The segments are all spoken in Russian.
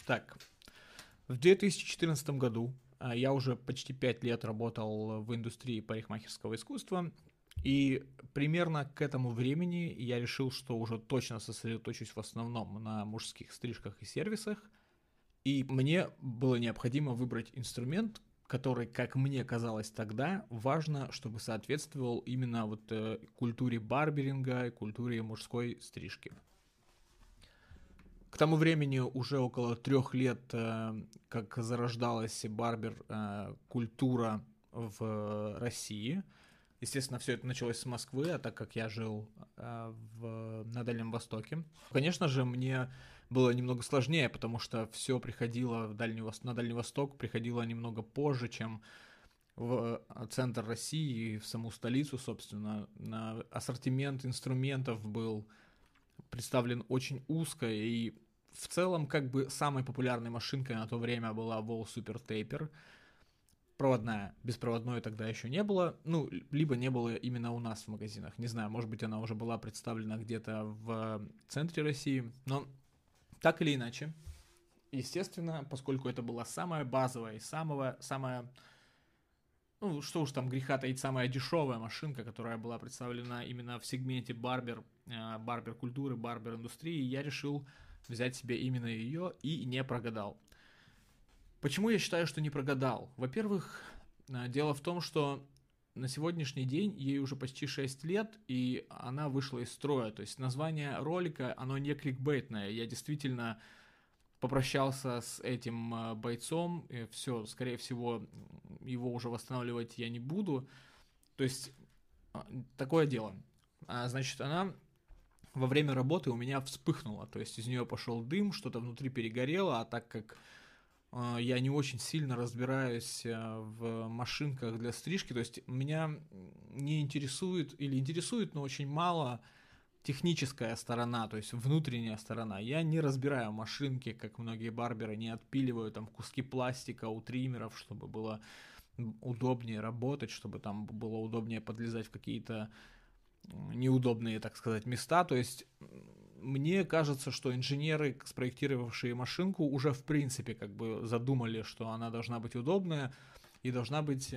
Так, в 2014 году я уже почти 5 лет работал в индустрии парикмахерского искусства, и примерно к этому времени я решил, что уже точно сосредоточусь в основном на мужских стрижках и сервисах, и мне было необходимо выбрать инструмент, который, как мне казалось тогда, важно, чтобы соответствовал именно культуре барберинга и культуре мужской стрижки. К тому времени уже около 3 лет, как зарождалась барбер-культура в России. Естественно, все это началось с Москвы, а так как я жил на Дальнем Востоке. Конечно же, мне было немного сложнее, потому что все приходило на Дальний Восток, приходило немного позже, чем в центр России и в саму столицу, собственно. Ассортимент инструментов был представлен очень узко, и в целом как бы самой популярной машинкой на то время была Wall Super Taper. Проводная, беспроводной тогда еще не было, либо не было именно у нас в магазинах, не знаю, может быть она уже была представлена где-то в центре России, но так или иначе, естественно, поскольку это была самая базовая и самая, что уж там греха таить, самая дешевая машинка, которая была представлена именно в сегменте барбер-культуры, барбер-индустрии, я решил взять себе именно ее и не прогадал. Почему я считаю, что не прогадал? Во-первых, дело в том, что на сегодняшний день ей уже почти 6 лет, и она вышла из строя. То есть название ролика, оно не кликбейтное. Я действительно попрощался с этим бойцом, и все, скорее всего, его уже восстанавливать я не буду. То есть такое дело. Значит, она во время работы у меня вспыхнула, то есть из нее пошел дым, что-то внутри перегорело, а так как я не очень сильно разбираюсь в машинках для стрижки, то есть меня не интересует, или интересует, но очень мало техническая сторона, то есть внутренняя сторона. Я не разбираю машинки, как многие барберы, не отпиливаю там куски пластика у триммеров, чтобы было удобнее работать, чтобы там было удобнее подлезать в какие-то неудобные, так сказать, места. То есть мне кажется, что инженеры, спроектировавшие машинку, уже в принципе как бы задумали, что она должна быть удобная и должна быть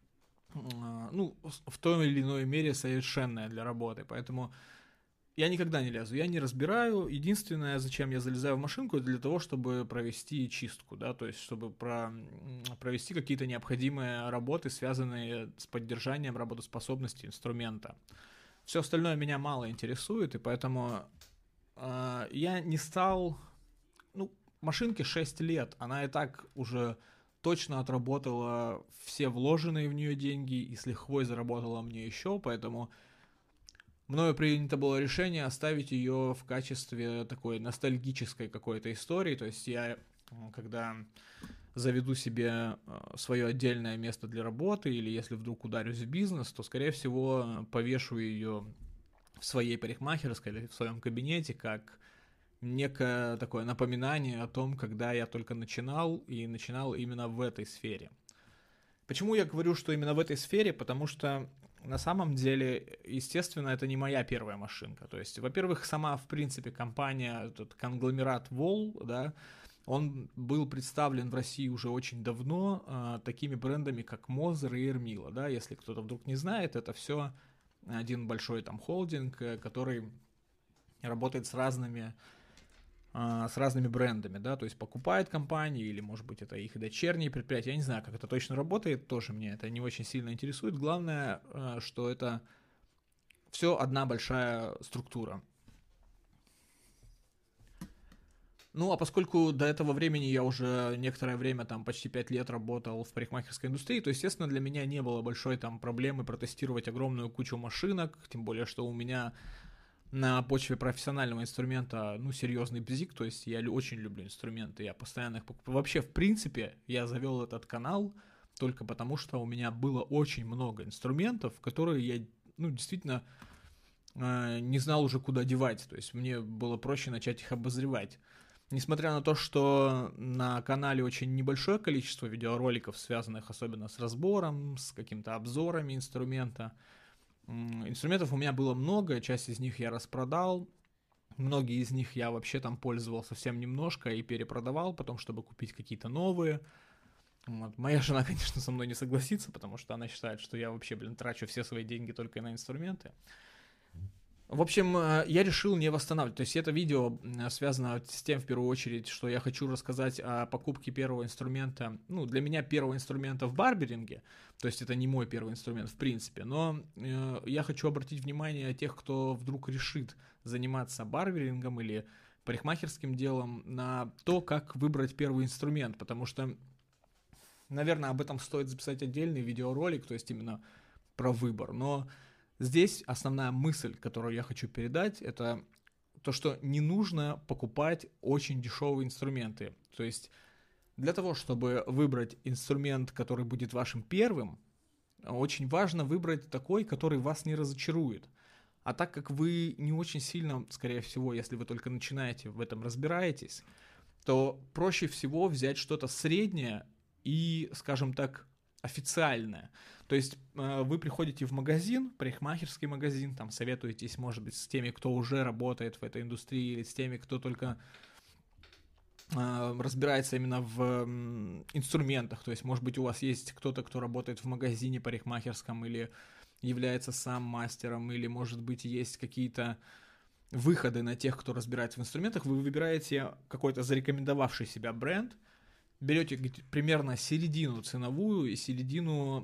в той или иной мере совершенная для работы. Поэтому я никогда не лезу, я не разбираю. Единственное, зачем я залезаю в машинку, это для того, чтобы провести чистку, да, то есть чтобы провести какие-то необходимые работы, связанные с поддержанием работоспособности инструмента. Все остальное меня мало интересует, и поэтому я не стал... машинке 6 лет, она и так уже точно отработала все вложенные в нее деньги и с лихвой заработала мне еще, поэтому мною принято было решение оставить ее в качестве такой ностальгической какой-то истории, то есть я, когда заведу себе свое отдельное место для работы, или если вдруг ударюсь в бизнес, то, скорее всего, повешу ее в своей парикмахерской или в своем кабинете, как некое такое напоминание о том, когда я только начинал, и начинал именно в этой сфере. Почему я говорю, что именно в этой сфере? Потому что на самом деле, естественно, это не моя первая машинка. То есть, во-первых, сама, в принципе, компания, этот конгломерат Wall, да, он был представлен в России уже очень давно такими брендами, как Мозер и Эрмила, да, если кто-то вдруг не знает, это все один большой там холдинг, который работает с разными брендами, да, то есть покупает компании, или, может быть, это их дочерние предприятия, я не знаю, как это точно работает, тоже меня это не очень сильно интересует, главное, что это все одна большая структура. А поскольку до этого времени я уже некоторое время, там почти 5 лет работал в парикмахерской индустрии, то, естественно, для меня не было большой там проблемы протестировать огромную кучу машинок, тем более, что у меня на почве профессионального инструмента, серьезный бзик, то есть я очень люблю инструменты, я постоянно их покупаю. Вообще, в принципе, я завел этот канал только потому, что у меня было очень много инструментов, которые я, действительно не знал уже, куда девать, то есть мне было проще начать их обозревать. Несмотря на то, что на канале очень небольшое количество видеороликов, связанных особенно с разбором, с какими-то обзорами инструмента, инструментов у меня было много, часть из них я распродал, Многие из них я вообще там пользовал совсем немножко и перепродавал потом, чтобы купить какие-то новые. Вот. Моя жена, конечно, со мной не согласится, потому что она считает, что я вообще, трачу все свои деньги только на инструменты. В общем, я решил не восстанавливать. То есть это видео связано с тем, в первую очередь, что я хочу рассказать о покупке первого инструмента. Ну, для меня первого инструмента в барберинге. То есть это не мой первый инструмент в принципе. Но я хочу обратить внимание тех, кто вдруг решит заниматься барберингом или парикмахерским делом, на то, как выбрать первый инструмент. Потому что, наверное, об этом стоит записать отдельный видеоролик, то есть именно про выбор. Но здесь основная мысль, которую я хочу передать, это то, что не нужно покупать очень дешевые инструменты. То есть для того, чтобы выбрать инструмент, который будет вашим первым, очень важно выбрать такой, который вас не разочарует. А так как вы не очень сильно, скорее всего, если вы только начинаете в этом разбираетесь, то проще всего взять что-то среднее и, скажем так, официальное. То есть вы приходите в магазин, парикмахерский магазин, там советуетесь, может быть, с теми, кто уже работает в этой индустрии, или с теми, кто только разбирается именно в инструментах. То есть, может быть, у вас есть кто-то, кто работает в магазине парикмахерском или является сам мастером, или, может быть, есть какие-то выходы на тех, кто разбирается в инструментах. Вы выбираете какой-то зарекомендовавший себя бренд, берете примерно середину ценовую и середину...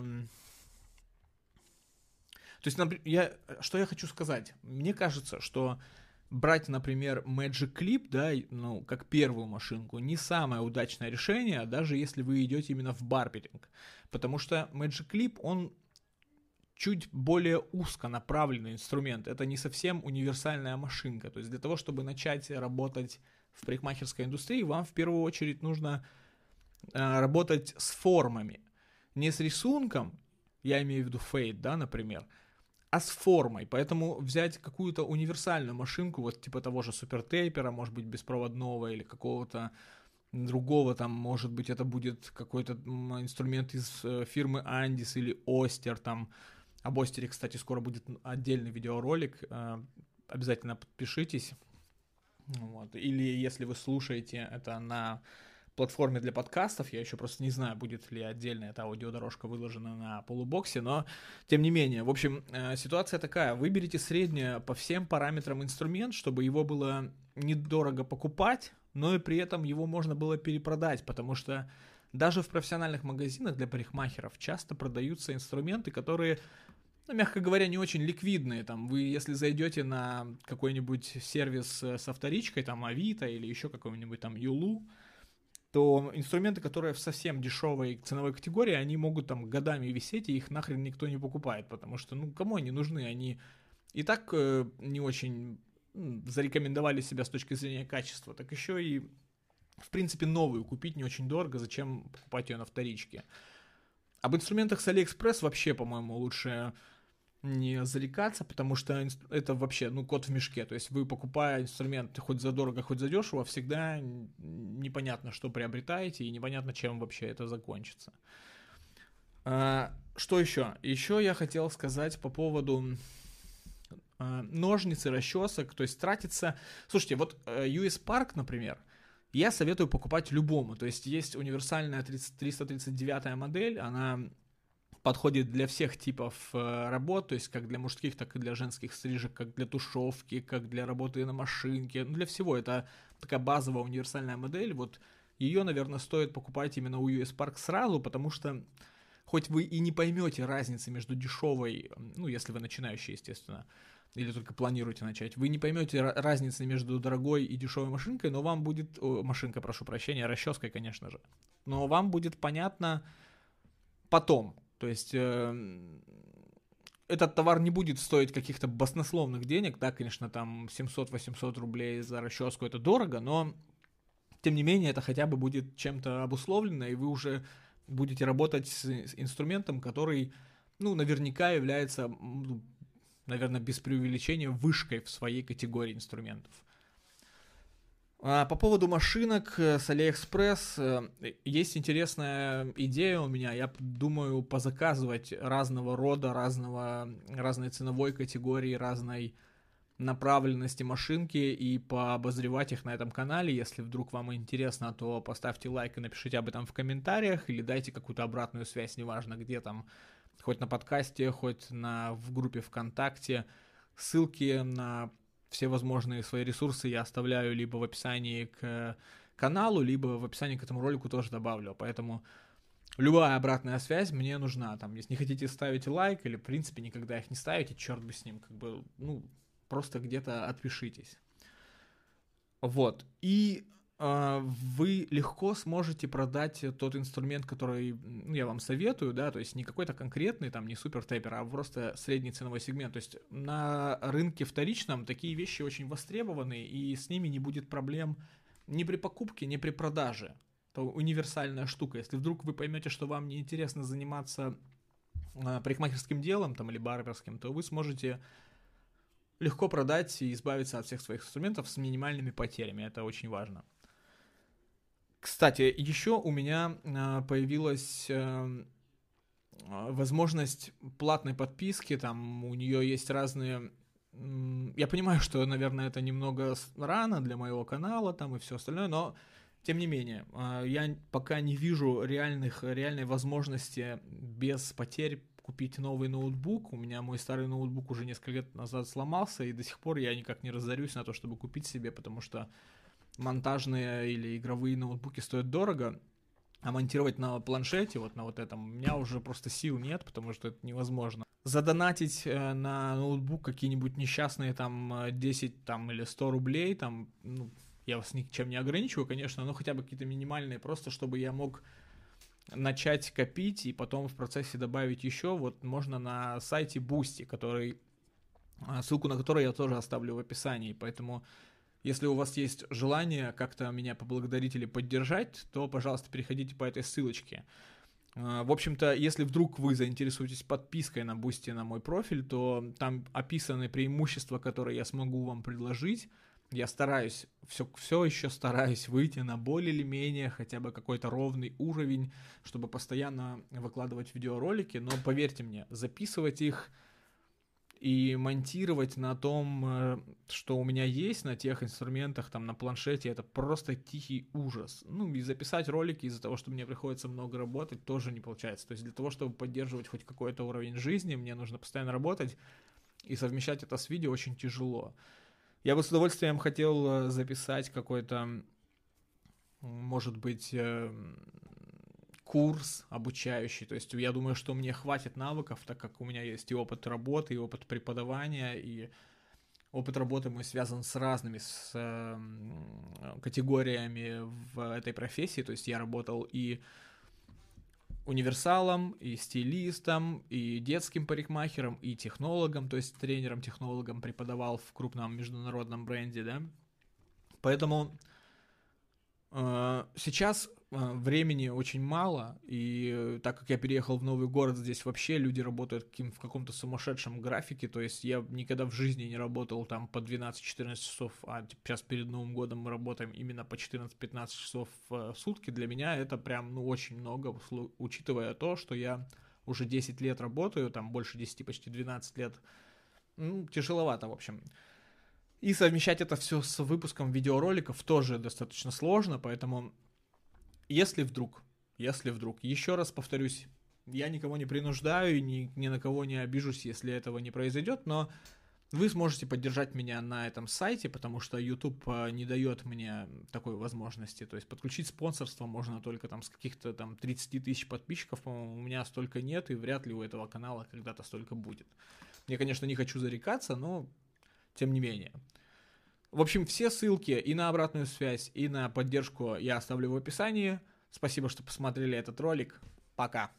То есть, что я хочу сказать? Мне кажется, что брать, например, Magic Clip, да, ну, как первую машинку, не самое удачное решение, даже если вы идете именно в барберинг. Потому что Magic Clip, он чуть более узко направленный инструмент. Это не совсем универсальная машинка. То есть для того, чтобы начать работать в парикмахерской индустрии, вам в первую очередь нужно работать с формами. Не с рисунком, я имею в виду фейд, да, например, а с формой. Поэтому взять какую-то универсальную машинку, вот типа того же супертейпера, может быть, беспроводного или какого-то другого, там, может быть, это будет какой-то инструмент из фирмы Andis или Oster, там. Об Остере, кстати, скоро будет отдельный видеоролик, обязательно подпишитесь. Вот. Или если вы слушаете это на платформе для подкастов, я еще просто не знаю, будет ли отдельно эта аудиодорожка выложена на полубоксе, но тем не менее. В общем, ситуация такая: выберите среднее по всем параметрам инструмент, чтобы его было недорого покупать, но и при этом его можно было перепродать, потому что даже в профессиональных магазинах для парикмахеров часто продаются инструменты, которые, ну, мягко говоря, не очень ликвидные. Там вы, если зайдете на какой-нибудь сервис со вторичкой, там Авито или еще какой-нибудь там Юлу, то инструменты, которые в совсем дешевой ценовой категории, они могут там годами висеть, и их нахрен никто не покупает, потому что, ну, кому они нужны? Они и так не очень зарекомендовали себя с точки зрения качества, так еще и, в принципе, новую купить не очень дорого, зачем покупать ее на вторичке? Об инструментах с AliExpress вообще, по-моему, лучше не зарекаться, потому что это вообще, ну, кот в мешке. То есть вы, покупая инструмент хоть задорого, хоть задешево, всегда непонятно, что приобретаете, и непонятно, чем вообще это закончится. Что еще? Еще я хотел сказать по поводу ножниц и расчесок. То есть тратится... Слушайте, вот US Park, например, я советую покупать любому. То есть есть универсальная 339 модель, она подходит для всех типов работ, то есть как для мужских, так и для женских стрижек, как для тушевки, как для работы на машинке, ну, для всего. Это такая базовая универсальная модель. Вот ее, наверное, стоит покупать именно у US Park сразу, потому что хоть вы и не поймете разницы между дешевой, ну, если вы начинающий, естественно, или только планируете начать, вы не поймете разницы между дорогой и дешевой машинкой, но вам будет... машинка, прошу прощения, расческой, конечно же. Но вам будет понятно потом. То есть этот товар не будет стоить каких-то баснословных денег, да, конечно, там 700-800 рублей за расческу это дорого, но тем не менее это хотя бы будет чем-то обусловлено, и вы уже будете работать с инструментом, который, ну, наверняка является, ну, наверное, без преувеличения, вышкой в своей категории инструментов. По поводу машинок с AliExpress есть интересная идея у меня. Я думаю позаказывать разного рода, разной ценовой категории, разной направленности машинки и пообозревать их на этом канале. Если вдруг вам интересно, то поставьте лайк и напишите об этом в комментариях или дайте какую-то обратную связь, неважно где там, хоть на подкасте, хоть в группе ВКонтакте. Ссылки на все возможные свои ресурсы я оставляю либо в описании к каналу, либо в описании к этому ролику тоже добавлю. Поэтому любая обратная связь мне нужна. Там, если не хотите, ставите лайк, или в принципе никогда их не ставите, черт бы с ним, просто где-то отпишитесь. Вот. И вы легко сможете продать тот инструмент, который я вам советую, да, то есть не какой-то конкретный, там, не супер тэпер, а просто средний ценовой сегмент. То есть на рынке вторичном такие вещи очень востребованы, и с ними не будет проблем ни при покупке, ни при продаже. Это универсальная штука. Если вдруг вы поймете, что вам неинтересно заниматься парикмахерским делом там, или барберским, то вы сможете легко продать и избавиться от всех своих инструментов с минимальными потерями. Это очень важно. Кстати, еще у меня появилась возможность платной подписки. Там у нее есть разные... Я понимаю, что, наверное, это немного рано для моего канала там и все остальное, но тем не менее, я пока не вижу реальной возможности без потерь купить новый ноутбук. У меня мой старый ноутбук уже несколько лет назад сломался, и до сих пор я никак не разорюсь на то, чтобы купить себе, потому что монтажные или игровые ноутбуки стоят дорого, а монтировать на планшете, вот на вот этом, у меня уже просто сил нет, потому что это невозможно. Задонатить на ноутбук какие-нибудь несчастные там 10 там, или 100 рублей, там, я вас ничем не ограничиваю, конечно, но хотя бы какие-то минимальные, просто чтобы я мог начать копить и потом в процессе добавить еще. Вот можно на сайте Boosty, ссылку на который я тоже оставлю в описании. Поэтому, если у вас есть желание как-то меня поблагодарить или поддержать, то, пожалуйста, переходите по этой ссылочке. В общем-то, если вдруг вы заинтересуетесь подпиской на Boosty на мой профиль, то там описаны преимущества, которые я смогу вам предложить. Я стараюсь, все еще стараюсь выйти на более или менее хотя бы какой-то ровный уровень, чтобы постоянно выкладывать видеоролики, но поверьте мне, записывать их и монтировать на том, что у меня есть, на тех инструментах, там, на планшете, это просто тихий ужас. И записать ролики из-за того, что мне приходится много работать, тоже не получается. То есть для того, чтобы поддерживать хоть какой-то уровень жизни, мне нужно постоянно работать, и совмещать это с видео очень тяжело. Я бы с удовольствием хотел записать какой-то, может быть, курс обучающий. То есть я думаю, что мне хватит навыков, так как у меня есть и опыт работы, и опыт преподавания, и опыт работы мой связан с разными категориями в этой профессии. То есть я работал и универсалом, и стилистом, и детским парикмахером, и технологом, то есть тренером-технологом преподавал в крупном международном бренде, да. Поэтому сейчас времени очень мало, и так как я переехал в новый город, здесь вообще люди работают в каком-то сумасшедшем графике, то есть я никогда в жизни не работал там по 12-14 часов, а сейчас перед Новым годом мы работаем именно по 14-15 часов в сутки. Для меня это прям, очень много, учитывая то, что я уже 10 лет работаю, там больше 10, почти 12 лет, тяжеловато, в общем. И совмещать это все с выпуском видеороликов тоже достаточно сложно, поэтому если вдруг, еще раз повторюсь, я никого не принуждаю, ни на кого не обижусь, если этого не произойдет, но вы сможете поддержать меня на этом сайте, потому что YouTube не дает мне такой возможности. То есть подключить спонсорство можно только там с каких-то там 30 тысяч подписчиков, по-моему, у меня столько нет, и вряд ли у этого канала когда-то столько будет. Я, конечно, не хочу зарекаться, но тем не менее. В общем, все ссылки и на обратную связь, и на поддержку я оставлю в описании. Спасибо, что посмотрели этот ролик. Пока.